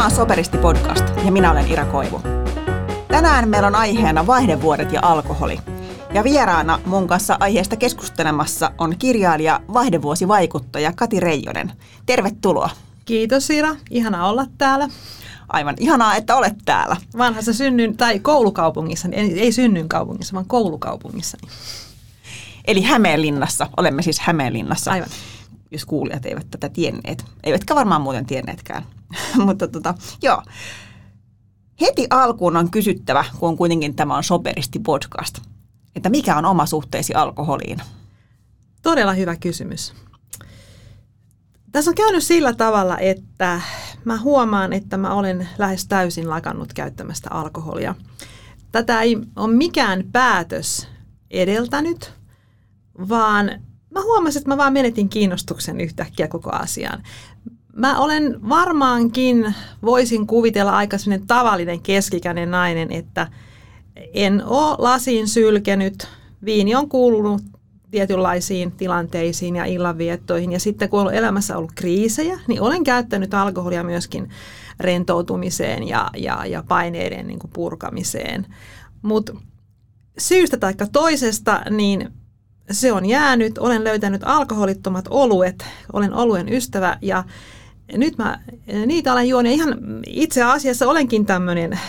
on Soperisti-podcast ja minä olen Ira Koivu. Tänään meillä on aiheena vaihdevuodet ja alkoholi. Ja vieraana mun kanssa aiheesta keskustelemassa on kirjailija, vaihdevuosivaikuttaja Kati Reijonen. Tervetuloa. Kiitos Ira, ihana olla täällä. Aivan ihanaa, että olet täällä. Vanhassa koulukaupungissa, ei synnynkaupungissa, vaan koulukaupungissani. Eli Hämeenlinnassa, olemme siis Hämeenlinnassa. Aivan. Jos kuulijat eivät tätä tienneet. Eivätkä varmaan muuten tienneetkään. Mutta joo. Heti alkuun on kysyttävä, kun kuitenkin tämä on Soperisti-podcast, että mikä on oma suhteesi alkoholiin? Todella hyvä kysymys. Tässä on käynyt sillä tavalla, että mä huomaan, että mä olen lähes täysin lakannut käyttämästä alkoholia. Tätä ei ole mikään päätös edeltänyt, vaan mä huomasin, että mä vaan menetin kiinnostuksen yhtäkkiä koko asiaan. Mä olen varmaankin, voisin kuvitella aika sellainen tavallinen keskikäinen nainen, että en ole lasiin sylkenyt. Viini on kuulunut tietynlaisiin tilanteisiin ja illanviettoihin. Ja sitten kun on elämässä ollut kriisejä, niin olen käyttänyt alkoholia myöskin rentoutumiseen ja paineiden niin kuin purkamiseen. Mutta syystä tai toisesta, niin se on jäänyt. Olen löytänyt alkoholittomat oluet. Olen oluen ystävä ja nyt mä niitä olen juonut. Ihan itse asiassa olenkin tämmöinen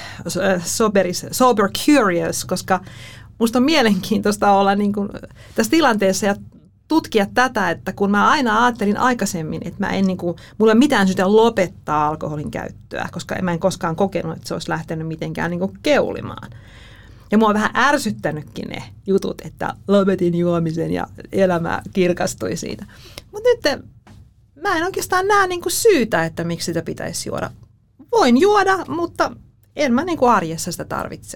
sober curious, koska musta on mielenkiintoista olla niin kuin tässä tilanteessa ja tutkia tätä, että kun mä aina ajattelin aikaisemmin, että mä en niin kuin, mulla ei ole mitään syytä lopettaa alkoholin käyttöä, koska mä en koskaan kokenut, että se olisi lähtenyt mitenkään niin kuin keulimaan. Ja mua on vähän ärsyttänytkin ne jutut, että lopetin juomisen ja elämä kirkastui siitä. Mutta nyt mä en oikeastaan näe niin kuin syytä, että miksi sitä pitäisi juoda. Voin juoda, mutta en mä niin kuin arjessa sitä tarvitse.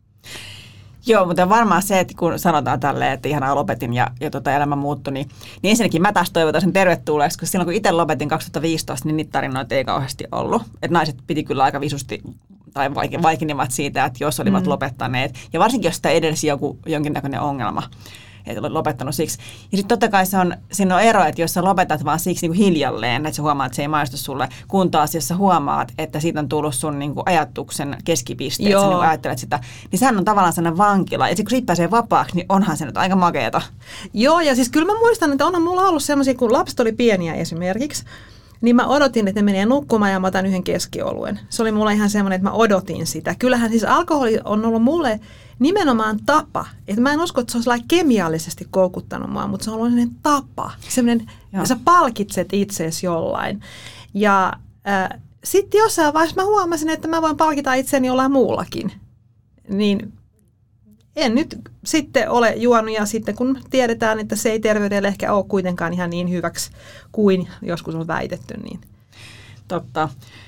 Joo, mutta varmaan se, että kun sanotaan tälleen, että ihanaa lopetin ja elämä muuttui, niin ensinnäkin mä taas toivotan sen tervetulleeksi, koska silloin kun itse lopetin 2015, niin niitä tarinoita ei kauheasti ollut. Että naiset piti kyllä aika visusti tai vaikenivat siitä, että jos olivat lopettaneet. Ja varsinkin, jos sitä edellisi jonkinnäköinen ongelma, että olet lopettanut siksi. Ja sitten totta kai siinä on ero, että jos sä lopetat vaan siksi niin kuin hiljalleen, että sä huomaat, että se ei maistu sulle, kun taas jos sä huomaat, että siitä on tullut sun niin kuin ajatuksen keskipiste, että sä niin kuin ajattelet sitä, niin sehän on tavallaan sellainen vankila. Ja kun siitä pääsee vapaaksi, niin onhan se nyt aika makeeta. Joo, ja siis kyllä mä muistan, että onhan mulla ollut sellaisia, kun lapset oli pieniä esimerkiksi, niin mä odotin, että ne menee nukkumaan ja mä otan yhden keskioluen. Se oli mulle ihan semmoinen, että mä odotin sitä. Kyllähän siis alkoholi on ollut mulle nimenomaan tapa. Että mä en usko, että se olisi kemiallisesti koukuttanut mua, mutta se on ollut sellainen tapa. Semmoinen, sä palkitset itseesi jollain. Ja sitten jossain vaiheessa mä huomasin, että mä voin palkita itseäni jollain muullakin. Niin en nyt sitten ole juonut ja sitten kun tiedetään, että se ei terveydelle ehkä ole kuitenkaan ihan niin hyväksi kuin joskus on väitetty. Niin. Totta.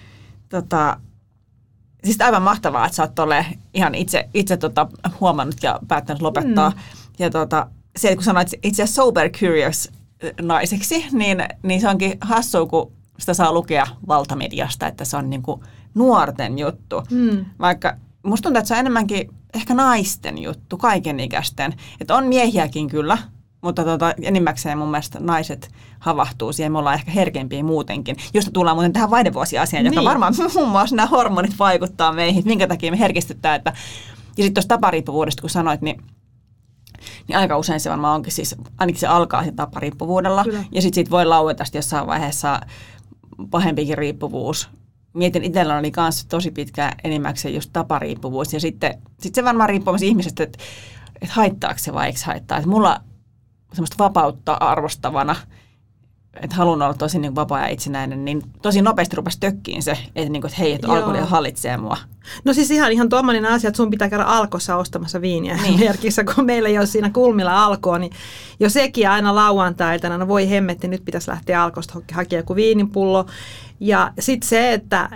Siis aivan mahtavaa, että sä oot ihan itse huomannut ja päättänyt lopettaa. Ja se, kun sanoit itse asiassa sober curious naiseksi, niin se onkin hassua, kun sitä saa lukea valtamediasta, että se on niin kuin nuorten juttu. Vaikka musta tuntuu, että se on enemmänkin ehkä naisten juttu, kaikenikäisten. Että on miehiäkin kyllä, mutta enimmäkseen mun mielestä naiset havahtuu siihen. Me ollaan ehkä herkempiä muutenkin. Josta tullaan muuten tähän vaihdevuosiasiaan, joka varmaan muun muassa nämä hormonit vaikuttaa meihin. Minkä takia me herkistyttää. Ja sitten tuosta tapariippuvuudesta, kun sanoit, niin aika usein se varmaan onkin siis, ainakin se alkaa sitten tapariippuvuudella. Kyllä. Ja sitten siitä voi laueta jossain vaiheessa pahempikin riippuvuus. Mietin, itsellä oli myös tosi pitkä enimmäkseen just tapariippuvuus. Ja sitten se varmaan riippuu myös ihmisestä, että haittaako se vai eikö haittaa. Että mulla semmoista vapautta arvostavana, että haluan olla tosi niin vapaa ja itsenäinen, niin tosi nopeasti rupesi tökkiin se, että hei, että alkoholi hallitsee mua. No siis ihan tuommoinen asia, että sun pitää käydä Alkossa ostamassa viiniä merkissä, kun meillä ei ole siinä kulmilla Alkoa, niin jo sekin aina lauantailtana, no voi hemmetti, nyt pitäisi lähteä Alkosta hakemaan joku viininpullo. Ja sitten se, että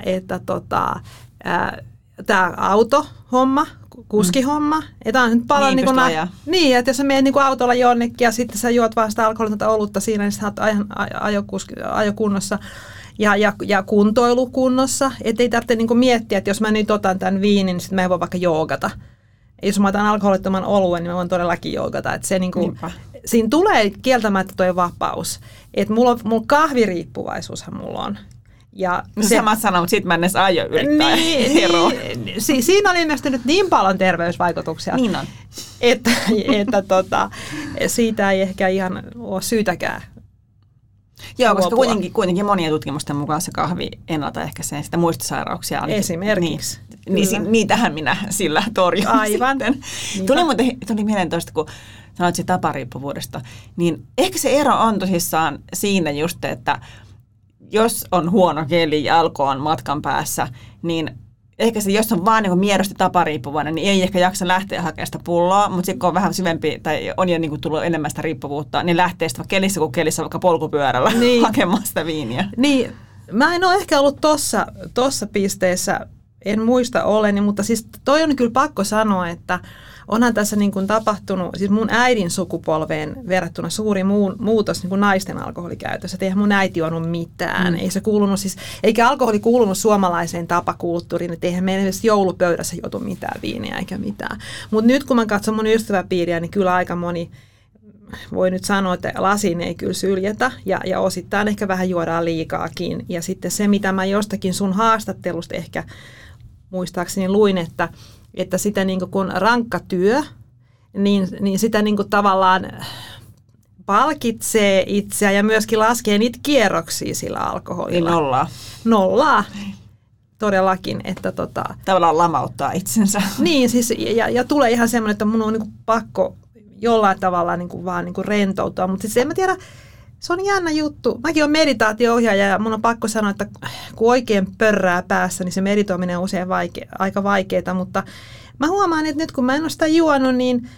tämä autohomma, kuskihomma, että on nyt paljon niin, että jos sä menet autolla jonnekin ja sitten sä juot vaan sitä alkoholitonta olutta siinä, niin sä oot ajokunnossa ja kuntoilukunnossa, ettei tarvitse miettiä, että jos mä nyt otan tämän viinin, niin sitten mä en voi vaikka joogata. Jos mä otan alkoholittoman oluen, niin mä voin todellakin joogata. Että se siinä tulee kieltämättä tuo vapaus. Että mulla kahviriippuvaisuushan mulla on. Ja sama sana, mutta sitten mä en edes aio yrittää eroa. Siinä on ilmestynyt niin paljon terveysvaikutuksia, niin on. että siitä ei ehkä ihan ole syytäkään. Joo, koska kuitenkin monien tutkimusten mukaan se kahvi ennaltaehkäisee sitä muistisairauksia. Esimerkiksi. Niitähän minä sillä torjun. Aivan. Tuli mieleen tuosta, kun sanoit se tapariippuvuudesta, niin ehkä se ero on tosissaan siinä just, että jos on huono keli ja alko on matkan päässä, niin ehkä se, jos on vaan niin miedosti tapariippuvainen, niin ei ehkä jaksa lähteä hakemaan sitä pulloa, mutta sitten kun on vähän syvempi tai on jo niin tullut enemmän sitä riippuvuutta, niin lähtee sitä kelissä kuin kelissä vaikka polkupyörällä hakemaan sitä viiniä. Niin, mä en ole ehkä ollut tossa pisteessä, en muista oleni, mutta siis toi on kyllä pakko sanoa, että onhan tässä niin kuin tapahtunut, siis mun äidin sukupolveen verrattuna suuri muutos niin kuin naisten alkoholikäytössä. Eihän mun äiti juonut mitään. Ei se kuulunut siis, eikä alkoholi kuulunut suomalaiseen tapakulttuuriin, että eihän meidän edes joulupöydässä juotu mitään viiniä eikä mitään. Mutta nyt kun mä katson mun ystäväpiiriä, niin kyllä aika moni voi nyt sanoa, että lasiin ei kyllä syljetä ja osittain ehkä vähän juodaan liikaakin. Ja sitten se, mitä mä jostakin sun haastattelusta ehkä muistaakseni luin, että sitä niin kuin kun rankka työ, niin sitä niin kuin tavallaan palkitsee itseä ja myöskin laskee niitä kierroksia sillä alkoholilla. Niin nollaa. Todellakin. Että tavallaan lamauttaa itsensä. Niin, siis, ja tulee ihan semmoinen, että mun on niin kuin pakko jollain tavalla niin kuin vaan niin kuin rentoutua, mutta siis en mä tiedä, se on jännä juttu. Mäkin olen meditaatio-ohjaaja ja mun on pakko sanoa, että kun oikein pörrää päässä, niin se meditoiminen on usein aika vaikeaa, mutta mä huomaan, että nyt kun mä en ole sitä juonut, niin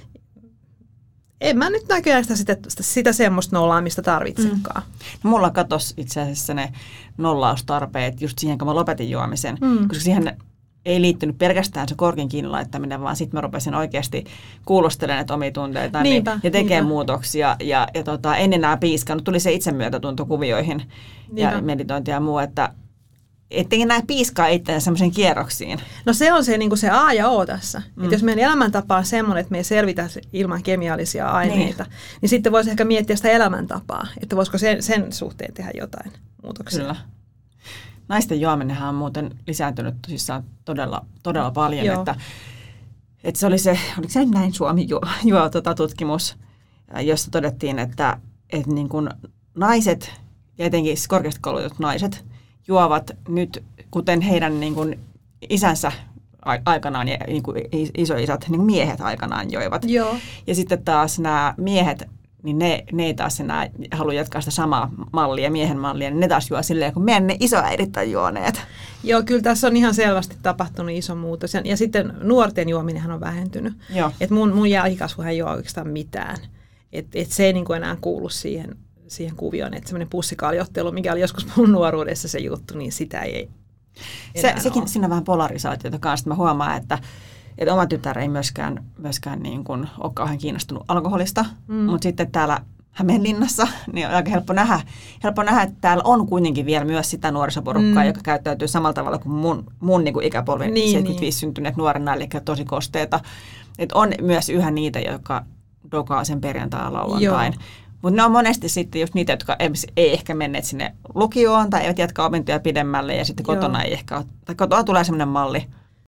en mä nyt näköjään sitä semmoista nollaamista tarvitsekaan. No, mulla katosi itse asiassa ne nollaustarpeet just siihen, kun mä lopetin juomisen, koska siihen ei liittynyt pelkästään se korkin kiinni laittaminen, vaan sitten mä rupesin oikeasti kuulostelemaan näitä omia tunteita ja tekemään muutoksia. Ja en enää piiskannut. Tuli se itsemyötätunto kuvioihin ja meditointia ja muu, että ettei enää piiskaa itseään semmoisiin kierroksiin. No se on se, niin kuin se A ja O tässä. Että jos meidän elämäntapa on semmoinen, että me ei selvitä ilman kemiallisia aineita, niin sitten voisi ehkä miettiä sitä elämäntapaa, että voisiko sen suhteen tehdä jotain muutoksia. Kyllä. Naisten juominenhan on muuten lisääntynyt tosissaan todella paljon, että se oli se, oliko se nyt näin Suomi juo tutkimus, jossa todettiin, että niin kuin naiset ja etenkin korkeasti koulutetut naiset juovat nyt, kuten heidän niin kuin isänsä aikanaan ja niin kuin isoisät, niin kuin miehet aikanaan joivat. Joo. Ja sitten taas nämä miehet, niin ne ei taas enää halua jatkaa sitä samaa mallia, miehen mallia, niin ne taas juo silleen, kun meidän ne isoäidit on juoneet. Joo, kyllä tässä on ihan selvästi tapahtunut iso muutos. Ja sitten nuorten juominenhan on vähentynyt. Että mun jälkikasvuhan ei ole oikeastaan mitään. Et se ei niin kuin enää kuulu siihen kuvioon, että semmoinen pussikaaliottelu, mikä oli joskus mun nuoruudessa se juttu, niin sitä ei sekin siinä on vähän polarisaatiota kanssa. Mä huomaan, että oma tytär ei myöskään niin kuin ole kauhean kiinnostunut alkoholista, mutta sitten täällä Hämeenlinnassa niin on aika helppo nähdä, että täällä on kuitenkin vielä myös sitä nuorisoporukkaa, joka käyttäytyy samalla tavalla kuin mun niin kuin ikäpolven 75 syntyneet nuorena, eli tosi kosteita. Että on myös yhä niitä, jotka dokaa sen perjantai-lauantain. Mutta ne on monesti sitten just niitä, jotka ei ehkä menneet sinne lukioon tai eivät jatka opintoja pidemmälle ja sitten kotona ei ehkä ole, tai kotona tulee semmoinen malli.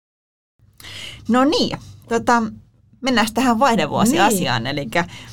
No niin, mennään tähän vaihdevuosi-asiaan. Eli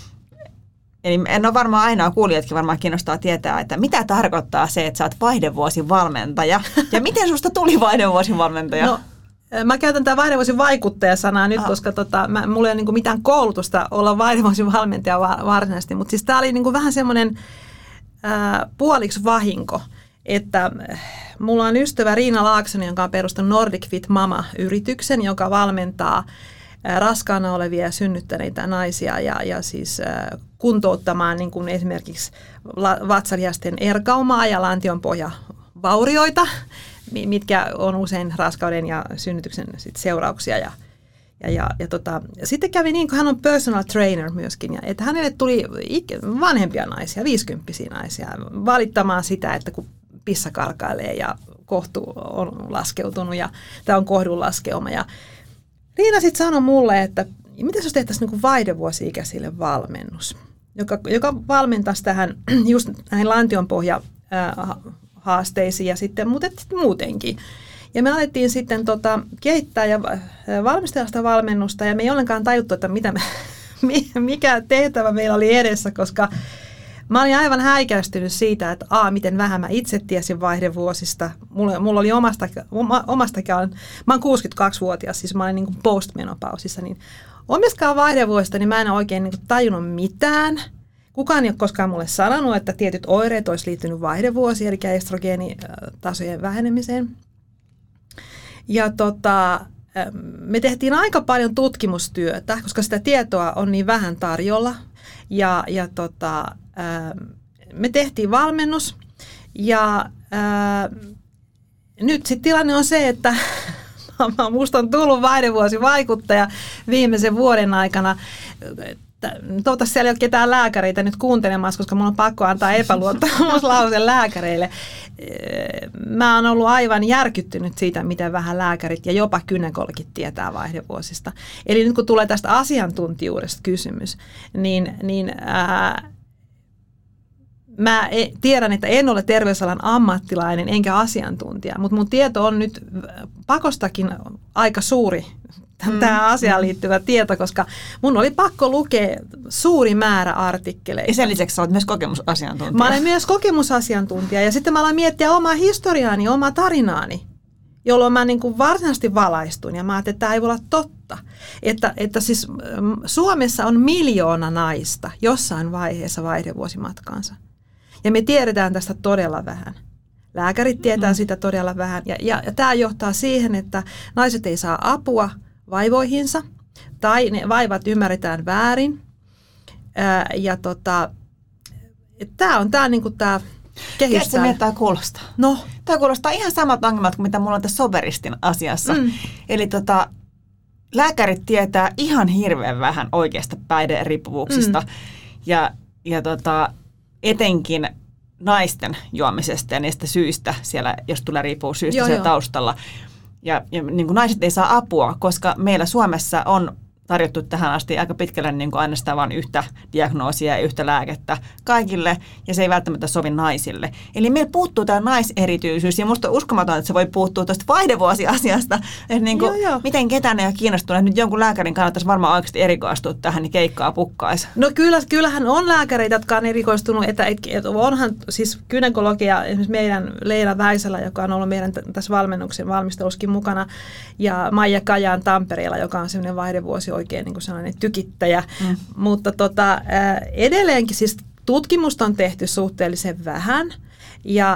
en ole varmaan ainoa kuulijatkin varmaan kiinnostaa tietää, että mitä tarkoittaa se, että sä oot vaihdevuosivalmentaja ja miten susta tuli vaihdevuosivalmentaja? No, mä käytän tämä vaihdevuosivaikuttaja-sanaa nyt, koska mulla ei ole niinku mitään koulutusta olla vaihdevuosivalmentaja varsinaisesti, mutta siis tämä oli niinku vähän semmoinen puoliksi vahinko, että mulla on ystävä Riina Laaksonen, joka on perustanut Nordic Fit Mama-yrityksen, joka valmentaa raskaana olevia ja synnyttäneitä naisia ja siis kuntouttamaan niin kuin esimerkiksi vatsalihasten erkaumaa ja lantionpohjavaurioita, mitkä on usein raskauden ja synnytyksen seurauksia. Ja sitten kävi niin, kun hän on personal trainer myöskin, ja että hänelle tuli vanhempia naisia, 50-vuotiaita naisia, valittamaan sitä, että kun pissa karkailee ja kohtu on laskeutunut ja tämä on kohdunlaskeuma. Ja Riina sitten sanoi mulle, että miten jos tehtäisiin niin kuin vaihdevuosi-ikäisille valmennus, joka valmentaisi tähän just näihin lantionpohja haasteisiin ja sitten muutenkin. Ja me alettiin sitten kehittää ja valmistella sitä valmennusta ja me ei ollenkaan tajuttu, että mikä tehtävä meillä oli edessä, koska mä olin aivan häikäistynyt siitä, että miten vähän mä itse tiesin vaihdevuosista. Mulla oli omastakaan, mä oon 62-vuotias, siis mä olin niin kuin postmenopausissa, niin omistakaan vaihdevuosista niin mä en oikein niin kuin tajunnut mitään. Kukaan ei ole koskaan mulle sanonut, että tietyt oireet olisi liittynyt vaihdevuosiin, eli estrogeenitasojen vähenemiseen. Ja me tehtiin aika paljon tutkimustyötä, koska sitä tietoa on niin vähän tarjolla. Ja me tehtiin valmennus ja nyt sitten tilanne on se, että musta on tullut vaihdevuosivaikuttaja viimeisen vuoden aikana. Toivottavasti siellä ei ole ketään lääkäreitä nyt kuuntelemassa, koska mun on pakko antaa epäluottamuslause lääkäreille. Mä oon ollut aivan järkyttynyt siitä, miten vähän lääkärit ja jopa gynekologit tietää vaihdevuosista. Eli nyt kun tulee tästä asiantuntijuudesta kysymys, niin mä tiedän, että en ole terveysalan ammattilainen enkä asiantuntija, mutta mun tieto on nyt pakostakin aika suuri tähän asiaan liittyvä tieto, koska mun oli pakko lukea suuri määrä artikkeleita. Ja sen lisäksi sä olet myös kokemusasiantuntija. Mä olen myös kokemusasiantuntija ja sitten mä aloin miettiä omaa historiaani, omaa tarinaani, jolloin mä niin kuin varsinaisesti valaistun ja mä ajattelin, että tämä ei voi olla totta. Että siis Suomessa on 1 miljoona naista jossain vaiheessa vaihdevuosimatkaansa. Ja me tiedetään tästä todella vähän. Lääkärit tietää sitä todella vähän ja tämä johtaa siihen, että naiset ei saa apua vaivoihinsa tai ne vaivat ymmärretään väärin. Tämä on tämä niinku tämä kehys. Tiedätkö, miltä tämä kuulostaa? No. Tämä kuulostaa ihan samat ongelmat kuin mitä mulla on tässä Soberistin asiassa. Eli lääkärit tietää ihan hirveän vähän oikeasta päihderiippuvuuksista ja etenkin naisten juomisesta ja niistä syistä siellä, jos tulee riippuvuussyistä siellä taustalla. Ja niin kuin naiset ei saa apua, koska meillä Suomessa on tarjottu tähän asti aika pitkälle niin kuin ainoastaan vain yhtä diagnoosia ja yhtä lääkettä kaikille, ja se ei välttämättä sovi naisille. Eli meillä puuttuu tämä naiserityisyys, ja musta on uskomaton, että se voi puuttua tuosta vaihdevuosiasiasta, että niin kuin, miten ketään ei ole kiinnostunut. Nyt jonkun lääkärin kannattaisi varmaan oikeasti erikoistua tähän, niin keikkaa pukkaisi. No kyllähän on lääkäreitä, jotka on erikoistunut, että onhan siis gynekologia, esimerkiksi meidän Leena Väisälä, joka on ollut meidän tässä valmennuksen valmisteluskin mukana, ja Maija Kajaan Tampereella, joka on sellainen vaihdevuosi oikein niin kuin sellainen tykittäjä, mutta edelleenkin siis tutkimusta on tehty suhteellisen vähän ja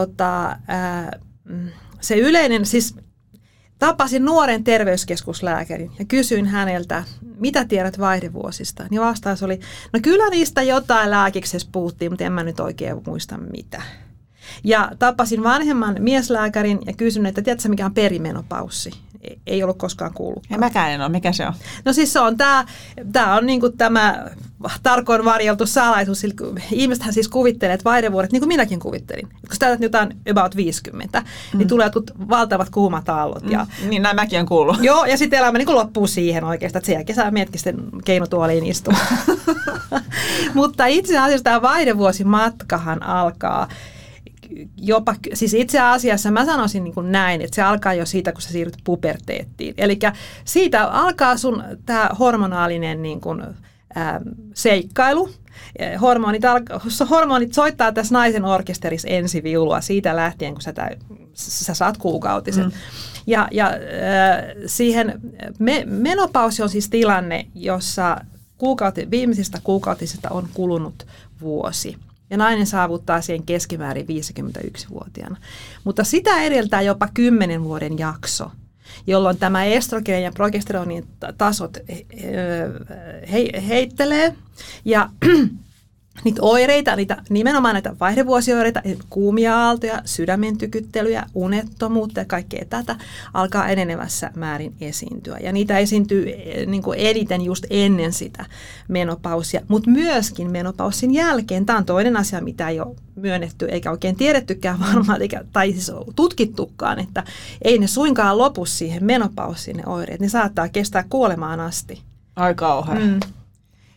se yleinen, siis tapasin nuoren terveyskeskuslääkärin ja kysyin häneltä, mitä tiedät vaihdevuosista, niin vastaus oli, no kyllä niistä jotain lääkiksessä puhuttiin, mutta en mä nyt oikein muista mitä. Ja tapasin vanhemman mieslääkärin ja kysyin, että tiedätkö mikä on perimenopaussi? Ei ollut koskaan kuullutkaan. Ja mäkään en ole. Mikä se on? No siis se on tämä on niinku tämä tarkoin varjeltu salaisuus. Ihmisethän siis kuvittelee, että vaihdevuodet, niin kuin minäkin kuvittelin. Kun täytät jotain about 50, niin tulee jotkut valtavat kuumat aallot. Niin näin mäkin on kuullut. Joo, ja sitten elämä niin kuin loppuu siihen oikeastaan, että sen jälkeen sä mietkin sitten keinotuoliin istumaan. Mutta itse asiassa tämä vaihdevuosimatkahan alkaa jopa, siis itse asiassa mä sanoisin niin kuin näin, että se alkaa jo siitä, kun sä siirryt puberteettiin. Eli siitä alkaa sun tämä hormonaalinen niin kuin, seikkailu. Hormonit soittaa tässä naisen orkesterissa ensiviulua siitä lähtien, kun sä saat kuukautiset. Ja siihen menopausi on siis tilanne, jossa viimeisistä kuukautisista on kulunut vuosi. Ja nainen saavuttaa siihen keskimäärin 51-vuotiaana. Mutta sitä edeltää jopa 10 vuoden jakso, jolloin tämä estrogenin ja progesteronin tasot heittelee. Ja niitä oireita, nimenomaan näitä vaihdevuosioireita, kuumia aaltoja, sydämen tykyttelyjä, unettomuutta ja kaikkea tätä alkaa enenevässä määrin esiintyä. Ja niitä esiintyy niin kuin eniten just ennen sitä menopausia, mutta myöskin menopausin jälkeen. Tämä on toinen asia, mitä ei ole myönnetty eikä oikein tiedettykään varmaan, tai siis tutkittukaan, että ei ne suinkaan lopu siihen menopausiin ne oireet. Ne saattaa kestää kuolemaan asti. Ai kauhean.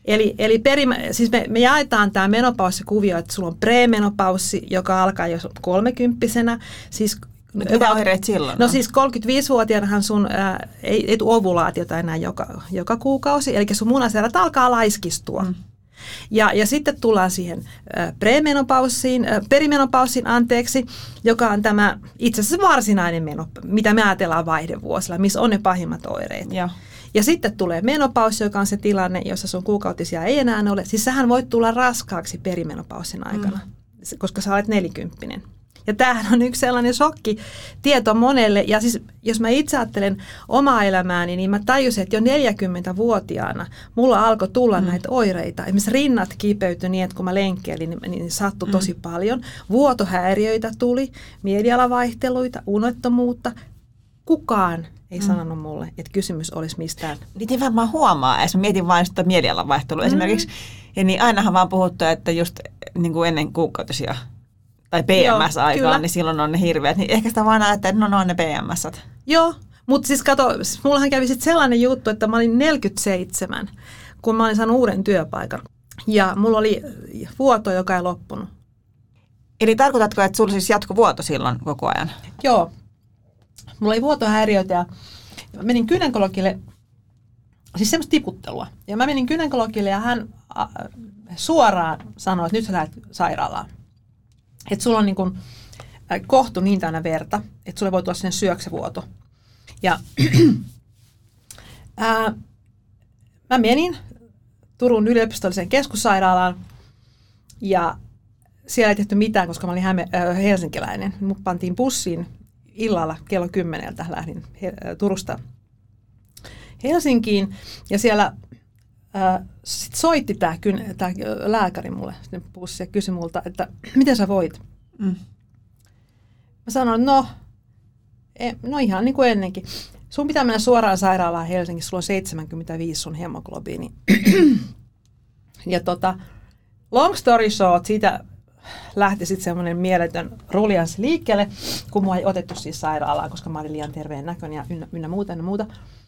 Eli siis me jaetaan tämä menopausikuvio, että sulla on premenopaussi, joka alkaa jo 30-vuotiaana. Siis mitä oireet silloin? No siis 35-vuotiaanahan sun ei tule ovulaatiota enää joka kuukausi, eli sun munaserrat alkaa laiskistua. Ja sitten tullaan siihen perimenopaussiin, joka on tämä itse asiassa varsinainen mitä me ajatellaan vaihdevuosilla, missä on ne pahimmat oireet. Ja sitten tulee menopausi, joka on se tilanne, jossa sun kuukautisia ei enää ole. Siis sähän voit tulla raskaaksi perimenopaussin aikana, koska sä olet 40. Ja tämähän on yksi sellainen shokkitieto monelle. Ja siis jos mä itse ajattelen omaa elämääni, niin mä tajusin, että jo 40-vuotiaana mulla alkoi tulla näitä oireita. Esimerkiksi rinnat kipeytyi niin, että kun mä lenkkeilin, niin sattui tosi paljon. Vuotohäiriöitä tuli, mielialavaihteluita, unettomuutta. Kukaan ei sanonut mulle, että kysymys olisi mistään. Niitä varmaan huomaa, jos mä mietin vain sitä mielialavaihtelua esimerkiksi. Ja niin ainahan vaan puhuttu, että just niin kuin ennen kuukautisia tai PMS-aikaa, niin silloin on ne hirveät. Niin ehkä sitä vaan ajattelee, että no on ne PMS-at. Joo, mutta siis kato, mullahan kävi sitten sellainen juttu, että mä olin 47, kun mä olin saanut uuden työpaikan. Ja mulla oli vuoto, joka ei loppunut. Eli tarkoitatko, että sulla siis jatkui vuoto silloin koko ajan? Joo. Mulla oli vuotohäiriöitä ja menin gynekologille, siis semmoista tiputtelua. Ja mä menin gynekologille ja hän suoraan sanoi, että nyt sä lähdet sairaalaan. Että sulla on niin kuin kohtu niin täynnä verta, että sulle voi tulla sinne syöksävuoto. Ja mä menin Turun yliopistolliseen keskussairaalaan ja siellä ei tehty mitään, koska mä olin helsinkiläinen. Mut pantiin bussiin illalla kello 10 lähdin Turusta Helsinkiin ja siellä sit soitti tämä lääkäri mulle sinne bussiin ja kysyi multa, että miten sä voit? Mä sanoin, no ihan niin kuin ennenkin. Sun pitää mennä suoraan sairaalaan Helsingissä, sulla on 75 sun hemoglobiini. Ja long story short, siitä lähti sitten semmoinen mieletön ruljanssi liikkeelle, kun mua ei otettu siis sairaalaan, koska mä olin liian terveen näköinen ja ynnä muuta.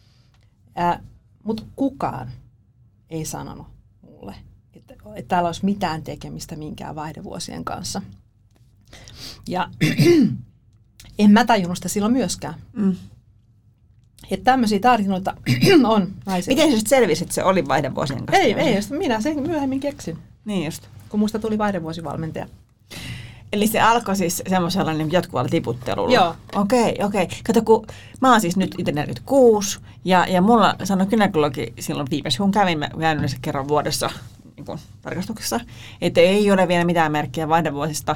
Mutta kukaan ei sanonut mulle, että täällä olisi mitään tekemistä minkään vaihdevuosien kanssa. Ja en mä tajunnut sitä silloin myöskään. Että tämmöisiä tarinoita on naisilla. Miten sä sitten selvisit, että se oli vaihdevuosien kanssa? Ei, minä sen myöhemmin keksin. Niin just. Kun musta tuli vaihdevuosivalmentaja. Eli se alkoi siis semmoisella niin jatkuvalla tiputtelulla? Joo. Okei. Kato, kun mä oon siis nyt itse 46 ja mulla sanoi gynekologi silloin viimeksi, kun kävin yleensä kerran vuodessa niin kuin tarkastuksessa, että ei ole vielä mitään merkkiä vaihdevuosista,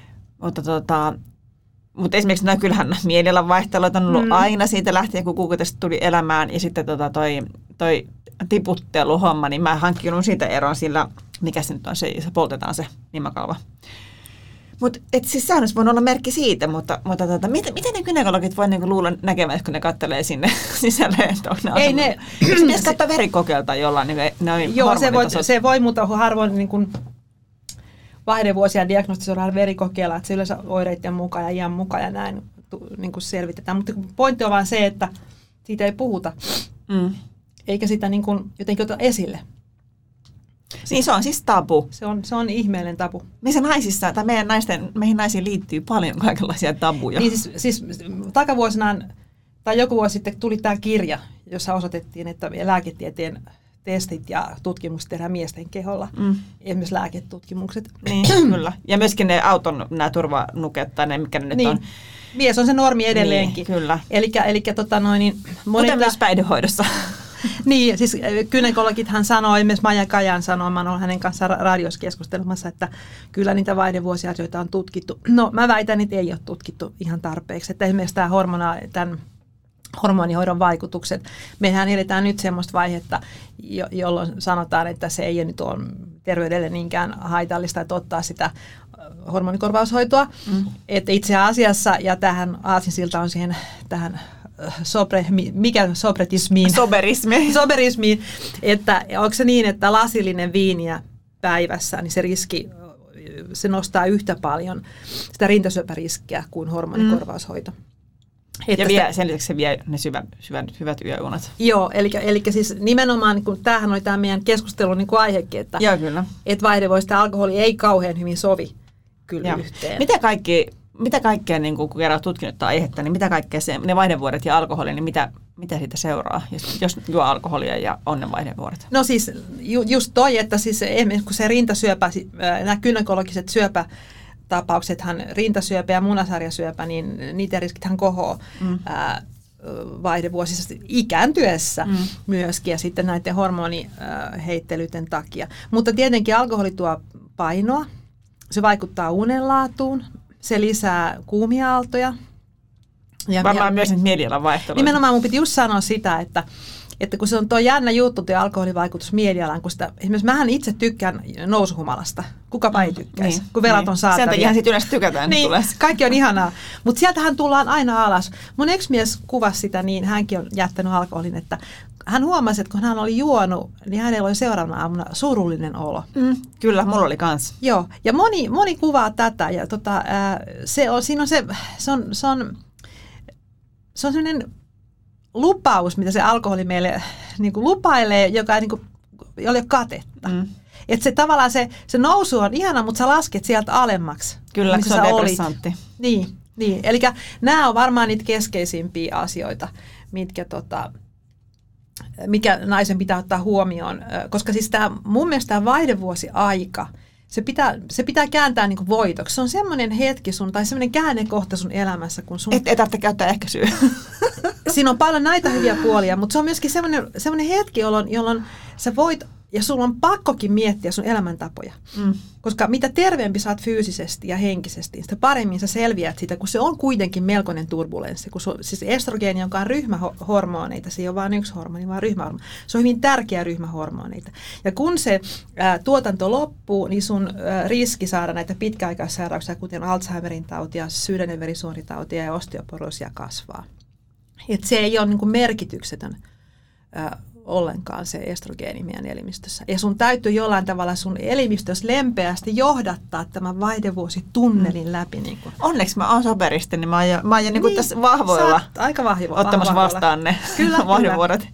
mutta esimerkiksi kyllähän mielialavaihteluita on ollut aina siitä lähtien, kun kuukautista tuli elämään ja sitten toi tiputteluhomma, niin mä en hankkinut siitä eroon sillä, mikä se nyt on, se poltetaan se limakalva. Mutta siis sehän olisi voinut olla merkki siitä, mutta miten ne gynekologit voi niinku luulla näkemään, kun ne katselee sinne sisälle? Ei ne. Pitäisi katsoa verikokeilta jollain. Joo, se voi, mutta harvoin niin kuin vaihdevuosia diagnostisoidaan verikokeilla, että se yleensä oireiden mukaan ja iän mukaan ja näin niin kuin selvitetään. Mutta pointti on vaan se, että siitä ei puhuta, eikä sitä niin kuin jotenkin ota esille. Niin se on siis tabu. Se on ihmeellinen tabu. Meissä naisissa, tai meihin naisiin liittyy paljon kaikenlaisia tabuja. Niin siis takavuosinaan, tai joku vuosi sitten tuli tämä kirja, jossa osoitettiin, että lääketieteen testit ja tutkimukset tehdään miesten keholla. Esimerkiksi lääketutkimukset. Niin, kyllä. Ja myöskin ne auton nämä turvanuket, tai ne mikä ne nyt on. Mies on se normi edelleenkin. Niin, kyllä. Kuten myös päihdehoidossa. Niin, siis gynekologithan sanoo, esimerkiksi Maija Kajan sanoo, mä olen hänen kanssaan radiossa keskustelemassa, että kyllä niitä vaihdevuosiasioita on tutkittu. No mä väitän, että ei ole tutkittu ihan tarpeeksi. Että esimerkiksi tämän hormonihoidon vaikutukset. Mehän eletään nyt semmoista vaihetta, jolloin sanotaan, että se ei nyt ole terveydelle niinkään haitallista, että ottaa sitä hormonikorvaushoitoa. Että itse asiassa, ja tähän aasinsilta on siihen tähän soberismiin, että onko se niin, että lasillinen viiniä päivässä, niin se riski, se nostaa yhtä paljon sitä rintasyöpäriskiä kuin hormonikorvaushoito. Ja sen lisäksi se vie ne hyvät yöunet. Joo, eli siis nimenomaan, niin tämähän oli tämä meidän keskustelun niin aihekin, että vaihdevuosista alkoholi ei kauhean hyvin sovi kyllä yhteen. Mitä kaikkea, niin kun kerran tutkinut aihetta, niin mitä kaikkea ne vaihdevuodet ja alkoholi, niin mitä siitä seuraa, jos juo alkoholia ja on ne vaihdevuodet? No siis just toi, että siis kun se rintasyöpä, nämä gynekologiset syöpätapauksethan, rintasyöpä ja munasarjasyöpä, niin niiden riskithän kohoo vaihdevuosissa ikääntyessä myöskin ja sitten näiden hormoniheittelyiden takia. Mutta tietenkin alkoholi tuo painoa, se vaikuttaa unenlaatuun, se lisää kuumia aaltoja. Varmaan myös mielialan vaihteluita. Nimenomaan mun piti just sanoa sitä, että kun se on tuo jännä juttu, tuo alkoholivaikutus mielialaan, kun sitä, esimerkiksi mähän itse tykkään nousuhumalasta. Kukapa ei tykkäisi, kun velat on saatavia. Sen takia siitä yleensä tykätään. Niin, kaikki on ihanaa. Mutta sieltähän tullaan aina alas. Mun ex-mies kuvasi sitä niin, hänkin on jättänyt alkoholin, että hän huomasi, että kun hän oli juonut, niin hänellä oli seuraavana aamuna surullinen olo. Kyllä, mulla oli kans. Joo, ja moni kuvaa tätä. Ja se on sellainen lupaus, mitä se alkoholi meille niin kuin lupailee, joka niin kuin, ei ole katetta. Että se tavallaan se nousu on ihana, mutta sä lasket sieltä alemmaksi. Kyllä, se on depressantti. Niin. Eli nämä on varmaan niitä keskeisimpiä asioita, mikä naisen pitää ottaa huomioon. Koska siis mun mielestä tämä vaihdevuosi-aika, se pitää kääntää niin kuin voitoksi. Se on semmoinen hetki tai semmoinen käännekohta sun elämässä, kun sun... Ei tarvitse käyttää ehkäisyä. Siinä on paljon näitä hyviä puolia, mutta se on myöskin semmoinen hetki, jolloin sä voit, ja sulla on pakkokin miettiä sun elämäntapoja. Koska mitä terveempi sä oot fyysisesti ja henkisesti, sitä paremmin sä selviät siitä, kun se on kuitenkin melkoinen turbulenssi. Siis estrogeeni, joka on ryhmähormoneita, se ei ole vain yksi hormoni, vaan ryhmähormoni. Se on hyvin tärkeä ryhmähormoneita. Ja kun se tuotanto loppuu, niin sun riski saada näitä pitkäaikaissairauksia, kuten Alzheimerin tautia, sydän- ja verisuonitautia ja osteoporoosia kasvaa. Että se ei ole niin kuin merkityksetön ollenkaan se estrogeeni meidän elimistössä. Ja sun täytyy jollain tavalla sun elimistössä lempeästi johdattaa tämän vaihdevuositunnelin läpi. Niin kuin. Onneksi mä oon soperisti, niin mä oon jo niin tässä vahvoilla aika ottamassa vastaan ne vaihdevuodet.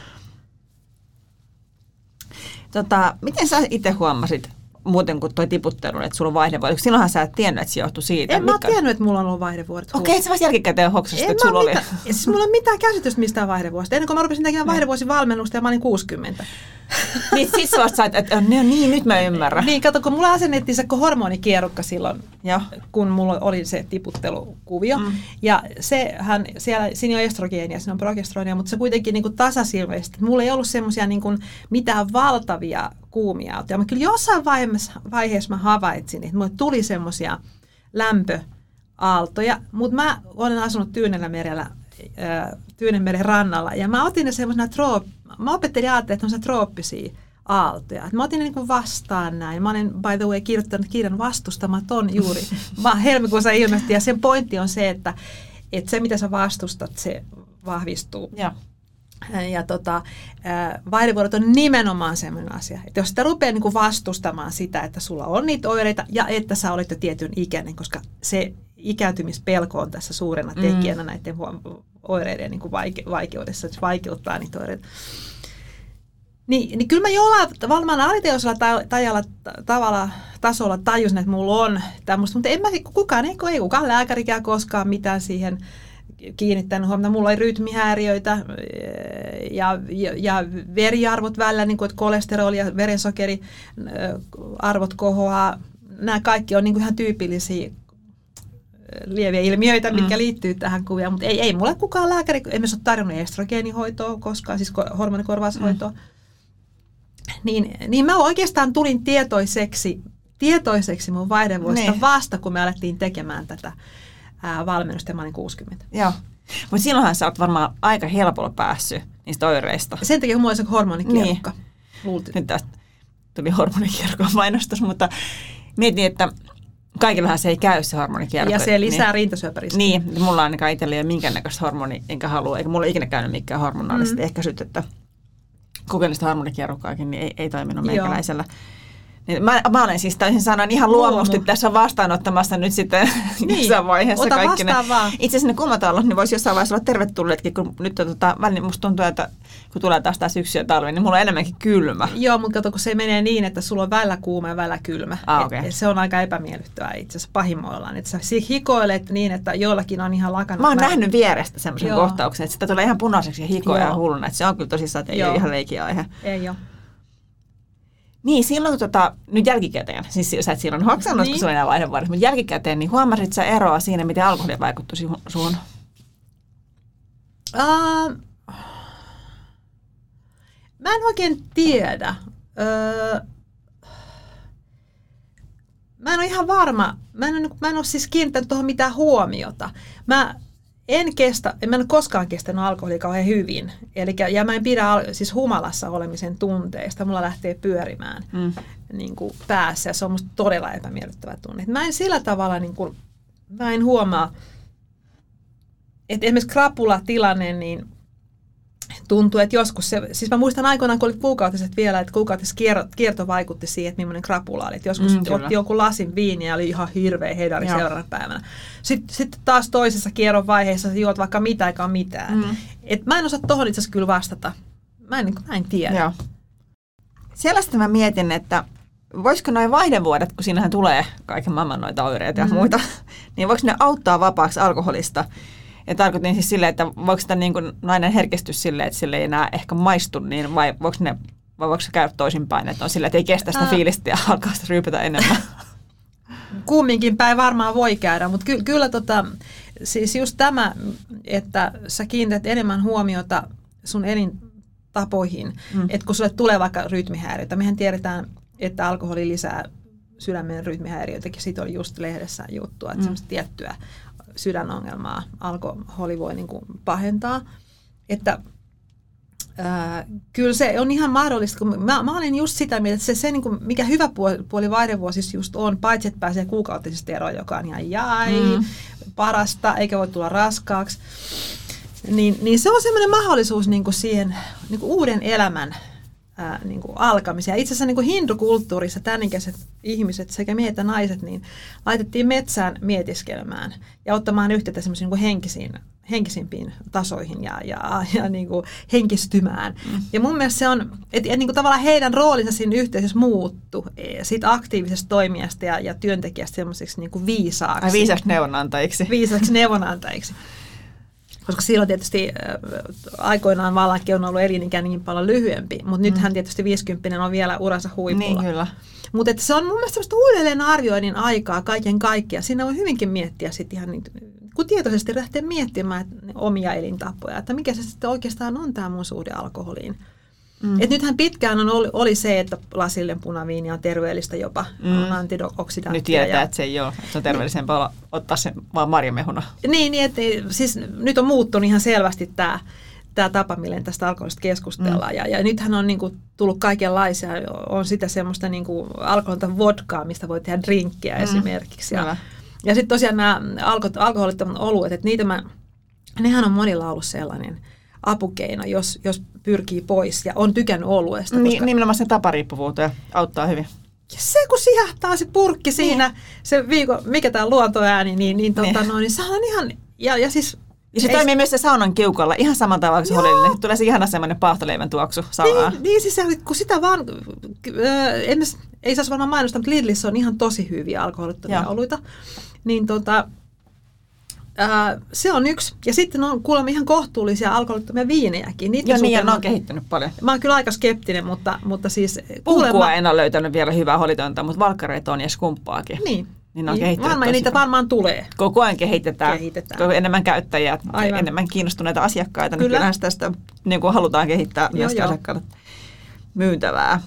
Miten sä itse huomasit muuten kuin toi tiputtelu, että sulla on vaihdevuodet? Silloinhan sä et tiennyt, että se johtui siitä. En mä ole tiennyt, että mulla on ollut vaihdevuodet. Okei, se vasta jälkikäteen hoksasta, että sulla oli. Siis mulla ei ole mitään käsitystä mistään vaihdevuosista. Ennen kuin mä rupesin tekemään vaihdevuosivalmennusta ja mä olin 60. Niin sit sä vasta sait, että niin, nyt mä ymmärrän. Niin, kato, kun mulla asennettiin se hormonikierukka silloin, kun mulla oli se tiputtelukuvio. Ja siinä on estrogeenia, siinä on progesteronia, mutta se kuitenkin niin kuin tasasilmeisesti. Mulla ei ollut semmoisia niin kuin mitään valtavia kuumia aaltoja. Mä kyllä jossain vaiheessa mä havaitsin, että mulle tuli semmoisia lämpöaaltoja, mutta mä olen asunut Tyynenmeren rannalla ja mä otin ne semmoisena mä opettelin ajattelemaan, että on se trooppisia aaltoja. Mä otin ne niin kuin vastaan näin. Mä olen, by the way, kirjoittanut kirjan Vastustamaton juuri helmikuussa ilmestyi. Ja sen pointti on se, että se mitä sä vastustat, se vahvistuu. Ja vaihdevuodet on nimenomaan sellainen asia, että jos sitä rupeaa niin kuin vastustamaan sitä, että sulla on niitä oireita ja että sä olet jo tietyn ikäinen, koska se ikääntymispelko on tässä suurena tekijänä näiden oireiden niin kuin vaikeudessa, että se vaikeuttaa niitä oireita. Niin kyllä mä jollain varmaan aliteollisella tasolla tajusin, että mulla on tämmöistä, mutta ei kukaan lääkärikään koskaan mitään siihen kiinnittänyt huomioon. Mulla oli rytmihäiriöitä ja veriarvot välillä, niin kuin, että kolesteroli ja verensokeriarvot kohoaa. Nämä kaikki on niin kuin ihan tyypillisiä lieviä ilmiöitä, mitkä liittyy tähän kuvaan, mutta ei mulle kukaan lääkäri, emme ole tarjonnut estrogeenihoitoa koskaan, siis hormonikorvaushoitoa. Niin mä oikeastaan tulin tietoiseksi mun vaihdevuosista vasta, kun me alettiin tekemään tätä valmennusta ja mä olin 60. Joo, mutta silloinhan sä oot varmaan aika helpolla päässyt niistä oireista. Sen takia mulla oli se hormonikierukka. Niin. Nyt tästä tuli hormonikierukon mainostus, mutta mietin, että kaikillahan se ei käy se hormonikierukka. Ja se lisää rintasyöpäriskiä. Niin, mulla ainakaan itsellä ei ole minkäännäköistä hormonia, enkä halua, eikä mulla ole ikinä käynyt mikään hormonaalista ehkäisyt, että kokeellista hormonikierukkaakin niin ei toiminut meikäläisellä. Niin mä olen siis täysin sanoen ihan luomusti tässä vastaanottamassa nyt sitten jossain vaiheessa ota kaikki ne. vaan. Itse asiassa ne kuumatalot, niin voisi jossain vaiheessa olla tervetulleetkin, kun nyt on välillä musta tuntuu, että kun tulee taas tää syksy ja talvi, niin mulla on enemmänkin kylmä. Joo, mutta kato, kun se menee niin, että sulla on välillä kuuma ja välillä kylmä. Okay. Se on aika epämiellyttävää itse asiassa pahimmoillaan. Että sä hikoilet niin, että jollakin on ihan lakannut. Mä oon nähnyt vierestä semmoisen kohtauksen, että sitä tulee ihan punaiseksi ja hikoja ja hulluna. Että se on kyllä tosissaan, että ei ole ihan leikiaihe. Ei ole. Niin, silloin nyt jälkikäteen, siis sä et silloin hoksannut, kun sulla oli nämä vaihdevuodet, mutta jälkikäteen, niin huomasit sä eroa siinä, miten alkoholi vaikutti suhun? Mä en oikein tiedä. Mä en ole ihan varma. Mä en ole siis kiinnittänyt tuohon mitään huomiota. Mä en ole koskaan kestänyt alkoholia kauhean hyvin. Ja mä en pidä siis humalassa olemisen tunteista. Mulla lähtee pyörimään niin kuin päässä ja se on musta todella epämiellyttävä tunne. Mä en sillä tavalla, niin kuin, mä en huomaa, että esimerkiksi krapulatilanne, niin tuntuu, että joskus se, siis mä muistan aikoinaan, kun oli kuukautiset vielä, että kuukautiskierto vaikutti siihen, että millainen krapula oli. Että joskus otti jonkun lasin viiniä ja oli ihan hirveä hedari seuraavana päivänä. Sitten taas toisessa kierron vaiheessa juot vaikka mitä eikä ole mitään. Et mä en osaa tohon itse asiassa kyllä vastata. Mä en tiedä. Joo. Sellaista mä mietin, että voisiko noin vaihdevuodet, kun siinähän tulee kaiken maailman noita oireita ja muita, niin voiko ne auttaa vapaaksi alkoholista? Ja tarkoitin siis silleen, että voiko sitä niin kuin nainen herkistys silleen, että sille ei enää ehkä maistu, niin vai voiko se käydä toisinpäin, että on silleen, että ei kestä sitä fiilistä ja alkaa sitä ryypätä enemmän? Kumminkin päin varmaan voi käydä, mutta kyllä siis just tämä, että sä kiinnität enemmän huomiota sun elintapoihin, että kun sulle tulee vaikka rytmihäiriöitä, mehän tiedetään, että alkoholi lisää sydämen rytmihäiriöitäkin, siitä oli just lehdessä juttua, että semmoista tiettyä sydänongelmaa alkoholi voi niin kuin pahentaa. Että kyllä se on ihan mahdollista, kun mä olen just sitä mieltä, että se niin kuin, mikä hyvä puoli vaihdevuosissa just on, paitsi että pääsee kuukautisesta eroon, joka on ihan parasta, eikä voi tulla raskaaksi, niin se on semmoinen mahdollisuus niin kuin siihen niin kuin uuden elämän niin kuin alkamisia. Itse asiassa niin kuin hindukulttuurissa tänikäiset ihmiset sekä miehet ja naiset niin laitettiin metsään mietiskelemään ja ottamaan yhteyttä semmoisiin niin kuin henkisimpiin tasoihin ja niin kuin henkistymään. Ja mun mielestä se on, että niin kuin tavallaan heidän roolinsa siinä yhteisössä muuttui siitä aktiivisesta toimijasta ja työntekijästä semmoiseksi niin kuin viisaaksi. Viisaaksi neuvonantajiksi. Viisaaksi neuvonantajiksi. Koska silloin tietysti aikoinaan vallankin on ollut elinikä niin paljon lyhyempi, mutta nythän tietysti 50 on vielä uransa huipulla. Niin, kyllä. Mutta se on mun mielestä sellaista uudelleen arvioinnin aikaa kaiken kaikkiaan. Siinä voi hyvinkin miettiä sitten ihan niin, kun tietoisesti lähtee miettimään omia elintapoja, että mikä se sitten oikeastaan on tämä mun suhde alkoholiin. Et nythän pitkään oli se, että lasillinen punaviini on terveellistä jopa, on antioksidaattia. Nyt tiedetään, että se ei ole. Se on terveellisempää ottaa sen vaan marjamehuna. Niin, että siis nyt on muuttunut ihan selvästi tämä tapa, millä tästä alkoholista keskustellaan. Ja nythän on niinku tullut kaikenlaisia, on sitä semmoista niinku alkoholista vodkaa, mistä voi tehdä drinkkiä esimerkiksi. Ja sitten tosiaan nämä alkoholittomat oluet, että nehän on monilla ollut sellainen apukeino, jos pyrkii pois ja on tykännyt oluesta. Koska nimenomaan se tapariippuvuuteen auttaa hyvin. Ja se, kun sijahtaa se purkki siinä, se mikä tämä luontoääni, niin sehän on ihan, ja siis... Ja se toimii myös se saunan kiukalla ihan samalla tavalla kuin se holillinen. Tulee se ihana semmoinen paahtoleivän tuoksu saunaan. Niin siis kun sitä vaan, ei saisi varmaan mainostaa, mutta Lidlissä on ihan tosi hyviä alkoholittomia oluita. Niin se on yksi. Ja sitten on kuulemma ihan kohtuullisia alkoholittomia viinejäkin. Joo, niin ja ne on kehittynyt paljon. Mä oon kyllä aika skeptinen, mutta siis... Puhkua en ole löytänyt vielä hyvää holitonta, mutta valkkareita on ja skumppaakin. Niin. Niin on kehittynyt niitä varmaan tulee. Koko ajan kehitetään. Enemmän käyttäjiä, enemmän kiinnostuneita asiakkaita. Kyllä. Niin kyllähän tästä niin kuin halutaan kehittää myös asiakkaille myytävää.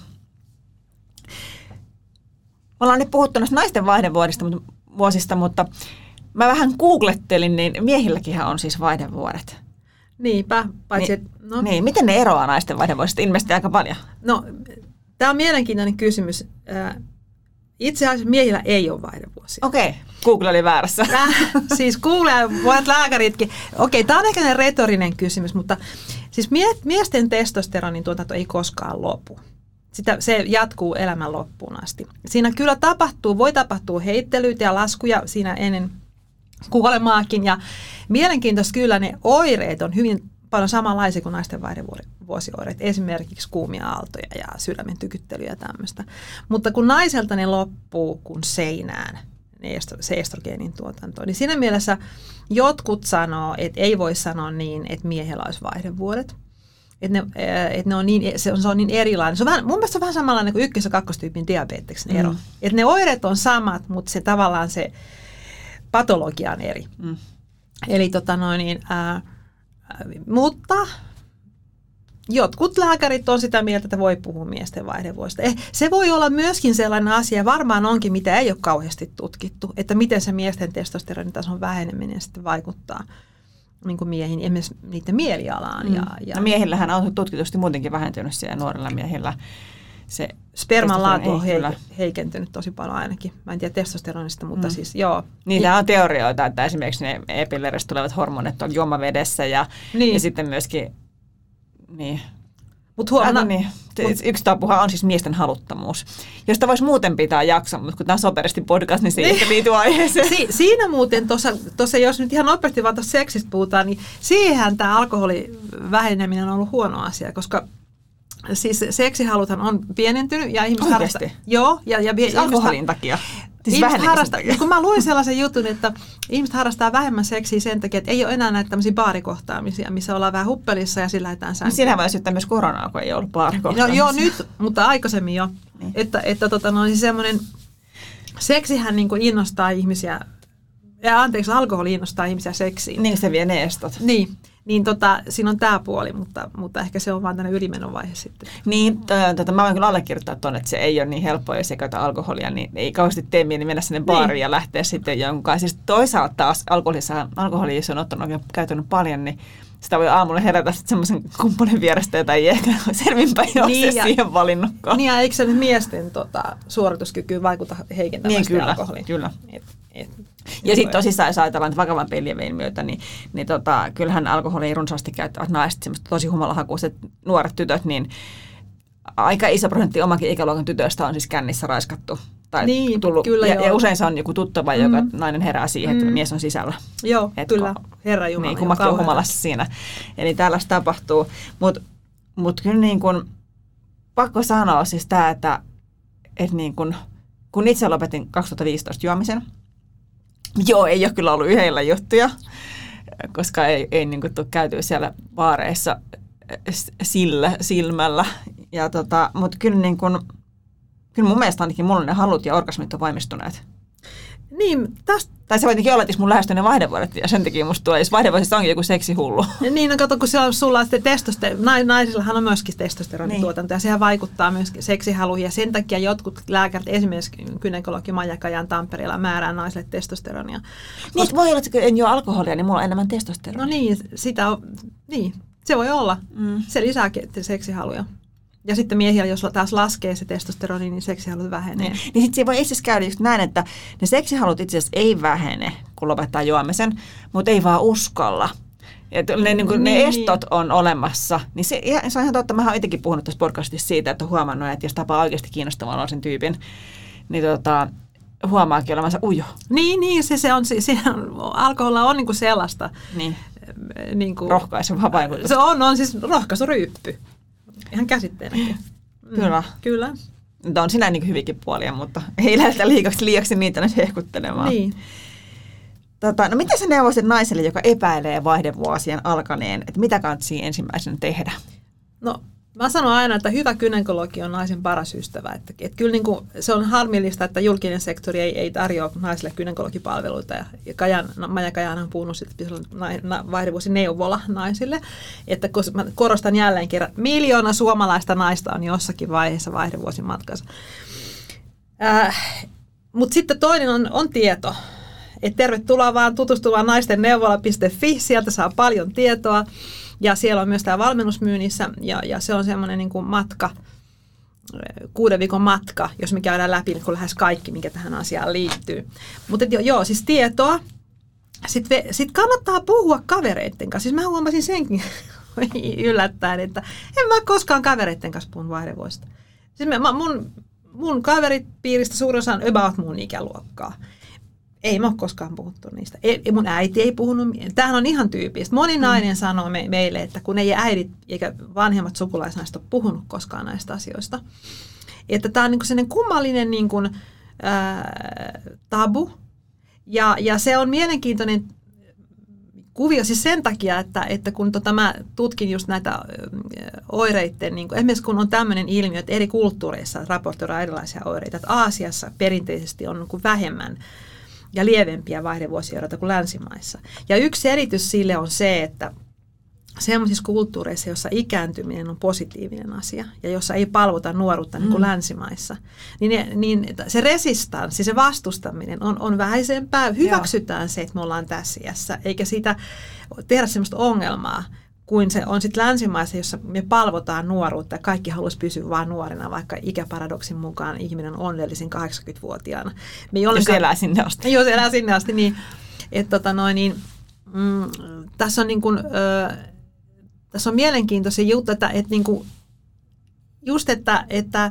Ollaan nyt puhuttu näistä naisten vaihdevuosista, mutta mä vähän googlettelin, niin miehilläkinhän on siis vaihdevuodet. Niinpä, paitsi Niin, miten ne eroaa naisten vaihdevuosista? Ilmeisesti aika paljon. No, tämä on mielenkiintoinen kysymys. Itse asiassa miehillä ei ole vaihdevuosia. Okei, Google oli väärässä. Siis Google ja monet lääkäritkin. Okei, tämä on ehkä retorinen kysymys, mutta siis miesten testosteronin tuotanto ei koskaan lopu. Se jatkuu elämän loppuun asti. Siinä kyllä voi tapahtua heittelyitä ja laskuja siinä ennen kuolemaakin. Ja mielenkiintoista kyllä ne oireet on hyvin paljon samanlaisia kuin naisten vaihdevuosioireet. Esimerkiksi kuumia aaltoja ja sydämen tykyttelyä ja tämmöistä. Mutta kun naiselta ne loppuu kuin seinään, se estrogeenin tuotanto, niin siinä mielessä jotkut sanoo, että ei voi sanoa niin, että miehellä olisi vaihdevuodet. Että ne on niin, se on niin erilainen. Se on vähän, mun mielestä se on vähän samanlainen kuin ykkös- ja kakkostyypin diabeteksen ero. Että ne oireet on samat, mutta se tavallaan se patologia on eri. Eli mutta jotkut lääkärit on sitä mieltä, että voi puhua miesten vaihdevuosista. Se voi olla myöskin sellainen asia, varmaan onkin, mitä ei ole kauheasti tutkittu, että miten se miesten testosteronitason väheneminen sitten vaikuttaa niin kuin miehiin, esimerkiksi niiden mielialaan. No miehillähän on tutkitusti muutenkin vähentynyt siellä nuorilla miehillä. Se sperman laatu on heikentynyt tosi paljon ainakin. Mä en tiedä testosteronista, mutta siis joo. Niitä on teorioita, että esimerkiksi ne epilleristä tulevat hormonit on juomavedessä ja sitten myöskin yksi tapuhan on siis miesten haluttomuus, josta voisi muuten pitää jakson, mutta kun tämä on soperisti podcast, niin se ei ehkä liity aiheeseen. Siinä muuten, tuossa jos nyt ihan nopeasti vaan tuossa seksistä puhutaan, niin siihen tämä alkoholin väheneminen on ollut huono asia, koska siis seksihaluthan on pienentynyt ja ihmiset harrastaa. Joo, ja alkoholin takia. Siis kun mä luin sellaisen jutun, että ihmiset harrastaa vähemmän seksiä sen takia, että ei ole enää näitä tämmöisiä baarikohtaamisia, missä ollaan vähän huppelissa ja sillä lähdetään sänkyyn. Siinähän voi syyttää myös koronaa, kun ei ollut baarikohtaamisia. No, joo, nyt, mutta aikaisemmin jo. Niin. Että siis semmoinen seksihän niin kuin innostaa ihmisiä, alkoholi innostaa ihmisiä seksiin. Niin se vie ne estot. Niin siinä on tämä puoli, mutta ehkä se on vaan tämmöinen ylimenovaihe sitten. Niin, mä voin kyllä allekirjoittaa tuonne, että se ei ole niin helppoa, jos sekoita alkoholia, niin ei kauheasti tee mieli mennä sinne baariin ja lähteä sitten jonkun kanssa. Siis toisaalta taas alkoholia, jos on ottanut oikein käytänyt paljon, niin sitä voi aamulla herätä sitten semmoisen kumppanin vierestä, jota ei ehkä selvinpäin ole siihen valinnutkaan. Niin, ja eikö se nyt miesten suorituskykyyn vaikuta heikentävästi alkoholiin? Kyllä. Ja sitten tosissaan, jos ajatellaan että vakavampia lieveilmiöitä, niin kyllähän alkoholia runsaasti käyttävät naiset, semmoiset tosi humalahakuiset nuoret tytöt, niin aika iso prosentti omankin ikäluokan tytöistä on siis kännissä raiskattu. Tai tullut, kyllä, ja usein se on joku tuttava, joka nainen herää siihen, että mies on sisällä. Joo, kyllä, Herra Jumala. Niin, kummatkin on humalassa siinä. Eli tällaista tapahtuu. Mut kyllä niin kun, pakko sanoa siis tämä, että niin kun itse lopetin 2015 juomisen, ei ole kyllä ollut yhdellä juttuja, koska ei niin kuin tule käytyä siellä baareissa silmällä. Mutta kyllä, niin kuin, kyllä mun mielestä ainakin mulla ne halut ja orgasmit on voimistuneet. Niin, tai se voitinkin olla, että mun lähestyy ne vaihdevuodet ja sen takia musta tulee, jos vaihdevuosista onkin joku seksihullu. Niin, no kato, kun sulla on naisillahan on myöskin testosteronituotanto ja sehän vaikuttaa myöskin seksihaluihin ja sen takia jotkut lääkärit, esimerkiksi gynekologi Maija Kajan Tampereella määrää naisille testosteronia. Niin, voi olla, että en juo alkoholia, niin mulla on enemmän testosteronia. No niin, se voi olla. Se lisää seksihaluja. Ja sitten miehillä, jos taas laskee se testosteroni, niin seksihalut vähenee. Niin sitten se voi itse asiassa käydä just näin, että ne seksihalut itse asiassa ei vähene, kun lopettaa juomisen, mutta ei vaan uskalla. Että ne estot on olemassa. Niin se on ihan totta. Mä oon itsekin puhunut tässä podcastissa siitä, että huomannut, että jos tapaa oikeasti kiinnostavalla sen tyypin, niin huomaakin olevansa ujo. Niin, alkoholilla on niinku sellaista. Niin. Rohkaiseva vaikutus. Se on siis rohkaisuryyppy. Ihan käsitteenäkin. Kyllä. On siinä niin hyvinkin puolia, mutta ei lähdetä liiaksi niitä nyt hehkuttelemaan. Niin. No miten sä neuvoisit naiselle, joka epäilee vaihdevuosien alkaneen, että mitä kannattaa ensimmäisenä tehdä? No mä sanon aina, että hyvä gynekologi on naisen paras ystävä. Että kyllä niin kuin, se on harmillista, että julkinen sektori ei tarjoa naisille gynekologipalveluita. Ja Maija Kajan on puhunut, että pitäisi olla vaihdevuosineuvola naisille. Että mä korostan jälleen kerran, 1 miljoona suomalaista naista on jossakin vaiheessa vaihdevuosin matkassa. Mutta sitten toinen on tieto. Et tervetuloa vaan tutustumaan naistenneuvola.fi, sieltä saa paljon tietoa. Ja siellä on myös tämä valmennusmyynnissä ja se on semmoinen niin kuin matka, 6 viikon matka, jos me käydään läpi niin lähes kaikki, mikä tähän asiaan liittyy. Mutta siis tietoa. Sitten kannattaa puhua kavereiden kanssa. Siis mä huomasin senkin yllättäen, että en mä koskaan kavereiden kanssa puhun vaihdevuosista. Siis mun kaveripiiristä suurin osa on about mun ikäluokkaa. Ei mä ole koskaan puhuttu niistä. Mun äiti ei puhunut. Tämähän on ihan tyypillistä. Moni nainen sanoo meille, että kun ei äidit eikä vanhemmat sukulaisnaiset ole puhunut koskaan näistä asioista. Että tämä on niin kuin sellainen kummallinen niin kuin, tabu. Ja se on mielenkiintoinen kuvio siis sen takia, että kun mä tutkin just näitä oireiden, niin kuin, esimerkiksi kun on tämmöinen ilmiö, että eri kulttuureissa raportoidaan erilaisia oireita, että Aasiassa perinteisesti on niin kuin vähemmän ja lievempiä vaihdevuosioireita kuin länsimaissa. Ja yksi selitys sille on se, että sellaisissa kulttuureissa, jossa ikääntyminen on positiivinen asia ja jossa ei palvota nuoruutta niin kuin länsimaissa, niin se resistanssi, se vastustaminen on vähäisempää. Hyväksytään se, että me ollaan tässä iässä, eikä siitä tehdä sellaista ongelmaa, kuin se on sitten länsimaissa, jossa me palvotaan nuoruutta ja kaikki haluaisi pysyä vain nuorena, vaikka ikäparadoksin mukaan ihminen on onnellisin 80-vuotiaana. Jos elää sinne asti. Jos elää sinne asti, niin, että tässä on niin kuin, tässä on mielenkiintoisia juttu, että niin kuin, just että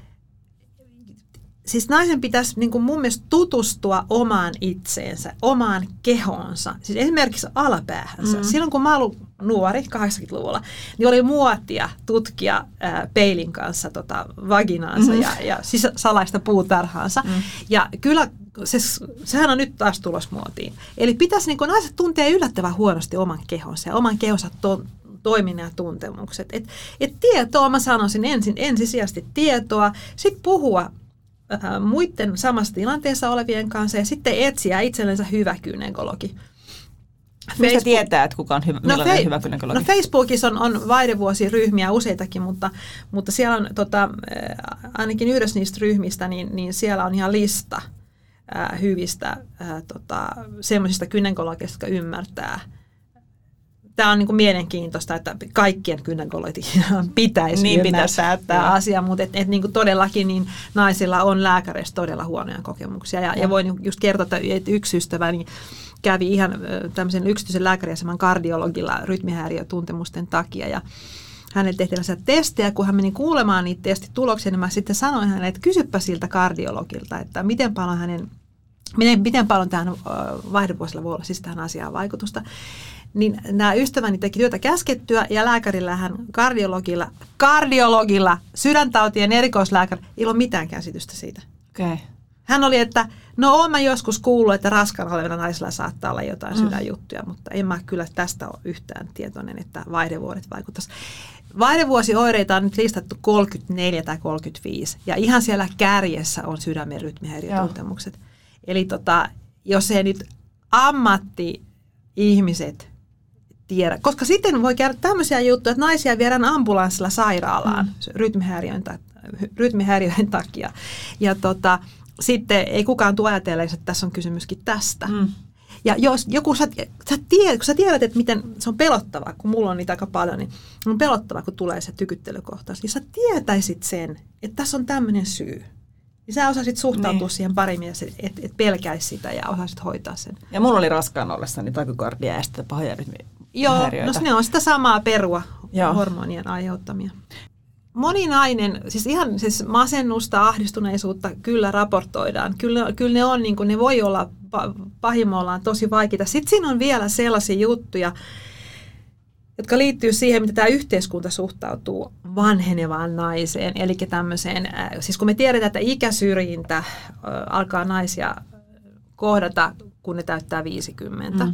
siis naisen pitäisi niin kuin mun mielestä tutustua omaan itseensä, omaan kehoonsa, siis esimerkiksi alapäähänsä. Silloin kun mä olin nuori 80-luvulla, niin oli muotia tutkia peilin kanssa vaginaansa ja salaista puutarhaansa. Ja kyllä sehän on nyt taas tulos muotiin. Eli pitäisi niin kuin naiset tuntea yllättävän huonosti oman kehonsa ja oman kehonsa toiminnan ja tuntemukset. Et tietoa, mä sanoisin ensisijaisesti tietoa, sitten puhua muiden samassa tilanteessa olevien kanssa ja sitten etsiä itsellensä hyvä gynekologi. Mistä tietää, että kuka on millainen hyvä gynekologi? No Facebookissa on vaihdevuosiryhmiä useitakin, mutta siellä on ainakin yhdessä niistä ryhmistä, niin siellä on ihan lista hyvistä semmoisista gynekologeista, jotka ymmärtää. Tämä on niin kuin mielenkiintoista, että kaikkien gynekologien pitäisi ymmärtää tämä asia, mutta niin kuin todellakin niin naisilla on lääkäreistä todella huonoja kokemuksia. Ja voin just kertoa, että yksi ystäväni kävi ihan tämmöisen yksityisen lääkäriaseman kardiologilla rytmihäiriötuntemusten takia ja hänelle tehtiin tällaisia testejä, kun hän meni kuulemaan niitä testituloksia, niin mä sitten sanoin hänelle, että kysypä siltä kardiologilta, että miten paljon tähän vaihdevuosilla voi olla siis tähän asiaan vaikutusta. Niin nämä ystäväni teki työtä käskettyä ja lääkärillähän kardiologilla, sydäntautien erikoislääkäri, ei ole mitään käsitystä siitä. Okay. Hän oli, että no oon mä joskus kuullut, että raskaana olevilla naisilla saattaa olla jotain sydänjuttuja, mutta en mä kyllä tästä ole yhtään tietoinen, että vaihdevuodet vaikuttaisi. Vaihdevuosioireita on nyt listattu 34 tai 35 ja ihan siellä kärjessä on sydämen rytmihäiriötuntemukset. Eli jos ei nyt ammatti-ihmiset tiedä, koska sitten voi käydä tämmöisiä juttuja, että naisia viedään ambulanssilla sairaalaan rytmihäiriöiden takia. Ja sitten ei kukaan tule ajatellen, että tässä on kysymyskin tästä. Ja jos joku, kun sä tiedät, että miten se on pelottavaa, kun mulla on niitä aika paljon, niin on pelottavaa, kun tulee se tykyttelykohtaus. Niin sä tietäisit sen, että tässä on tämmöinen syy. Niin sä osasit suhtautua siihen paremmin, että pelkäisi sitä ja osasit hoitaa sen. Ja mulla oli raskaan ollessani takykardia ja sitten pahoja rytmihäiriöitä. Joo, no ne on sitä samaa perua hormonien aiheuttamia. Moni nainen, siis masennusta, ahdistuneisuutta kyllä raportoidaan. Kyllä ne on, niin kuin, ne voi olla pahimmillaan tosi vaikeita. Sitten siinä on vielä sellaisia juttuja, jotka liittyy siihen, mitä tämä yhteiskunta suhtautuu vanhenevaan naiseen. Eli tämmöiseen, siis kun me tiedetään, että ikäsyrjintä alkaa naisia kohdata, kun ne täyttää 50.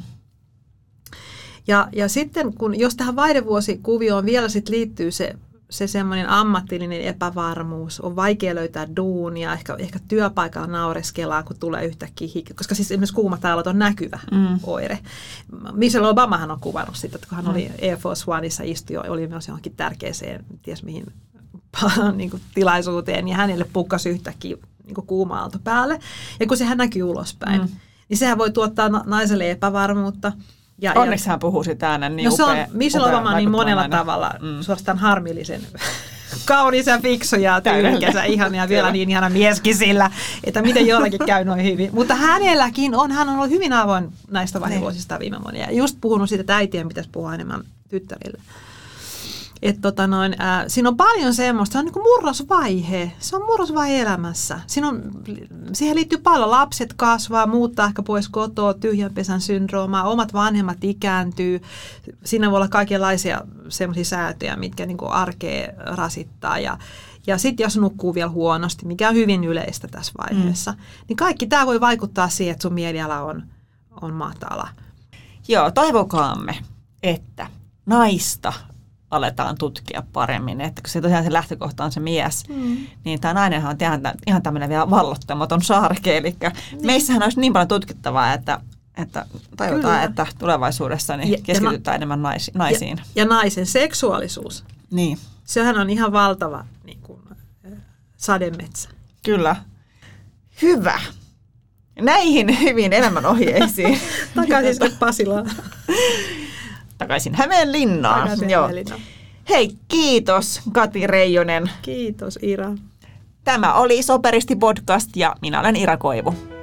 Ja sitten, jos tähän vaihdevuosikuvioon vielä sit liittyy se semmoinen ammatillinen epävarmuus, on vaikea löytää duunia, ehkä työpaikalla naureskellaan, kun tulee yhtäkkiä hiki, koska siis esimerkiksi kuumat aallot on näkyvä oire. Michelle Obamahan on kuvannut sitä, että kun hän oli Air Force Oneissa istui, oli myös johonkin tärkeäseen, ties mihin niin kuin tilaisuuteen, ja hänelle pukkasi yhtäkkiä niin kuin kuuma aalto päälle. Ja kun sehän näkyy ulospäin, niin sehän voi tuottaa naiselle epävarmuutta. Onneksi hän puhuu sitä ääneen niin upea. Michelle Obama on niin monella tavalla suorastaan harmillisen kaunis ja fiksu ja tyylikäs ihan ja vielä niin ihana mieskin sillä, että miten jollakin käy noin hyvin. Mutta hänelläkin hän on ollut hyvin avoin näistä vaihdevuosista viime vuonna ja just puhunut siitä, että äitien pitäisi puhua enemmän tyttärille. Siinä on paljon semmoista, se on niin kuin murrosvaihe. Se on murrosvaihe elämässä. Siihen liittyy paljon. Lapset kasvaa, muuttaa ehkä pois kotoa, tyhjän pesän syndroomaa, omat vanhemmat ikääntyy. Siinä voi olla kaikenlaisia semmoisia säätöjä, mitkä niin kuin arkea rasittaa. Ja sitten jos nukkuu vielä huonosti, mikä on hyvin yleistä tässä vaiheessa, niin kaikki tämä voi vaikuttaa siihen, että sun mieliala on matala. Joo, toivokaamme, että naista aletaan tutkia paremmin. Että kun se tosiaan se lähtökohta on se mies, niin tämä nainenhan on ihan tämmöinen vielä vallottamaton saareke. Eli meissähän olisi niin paljon tutkittavaa, että toivotaan, Kyllä. että tulevaisuudessa niin keskitytään enemmän naisiin. Ja naisen seksuaalisuus. Niin. Sehän on ihan valtava niin kuin, sademetsä. Kyllä. Hyvä. Näihin hyviin elämänohjeisiin. Takaisin Pasilaan. Takaisin Hämeenlinnaan. Hämeenlinnaan. Hei, kiitos Kati Reijonen. Kiitos Ira. Tämä oli Soperisti podcast ja minä olen Ira Koivu.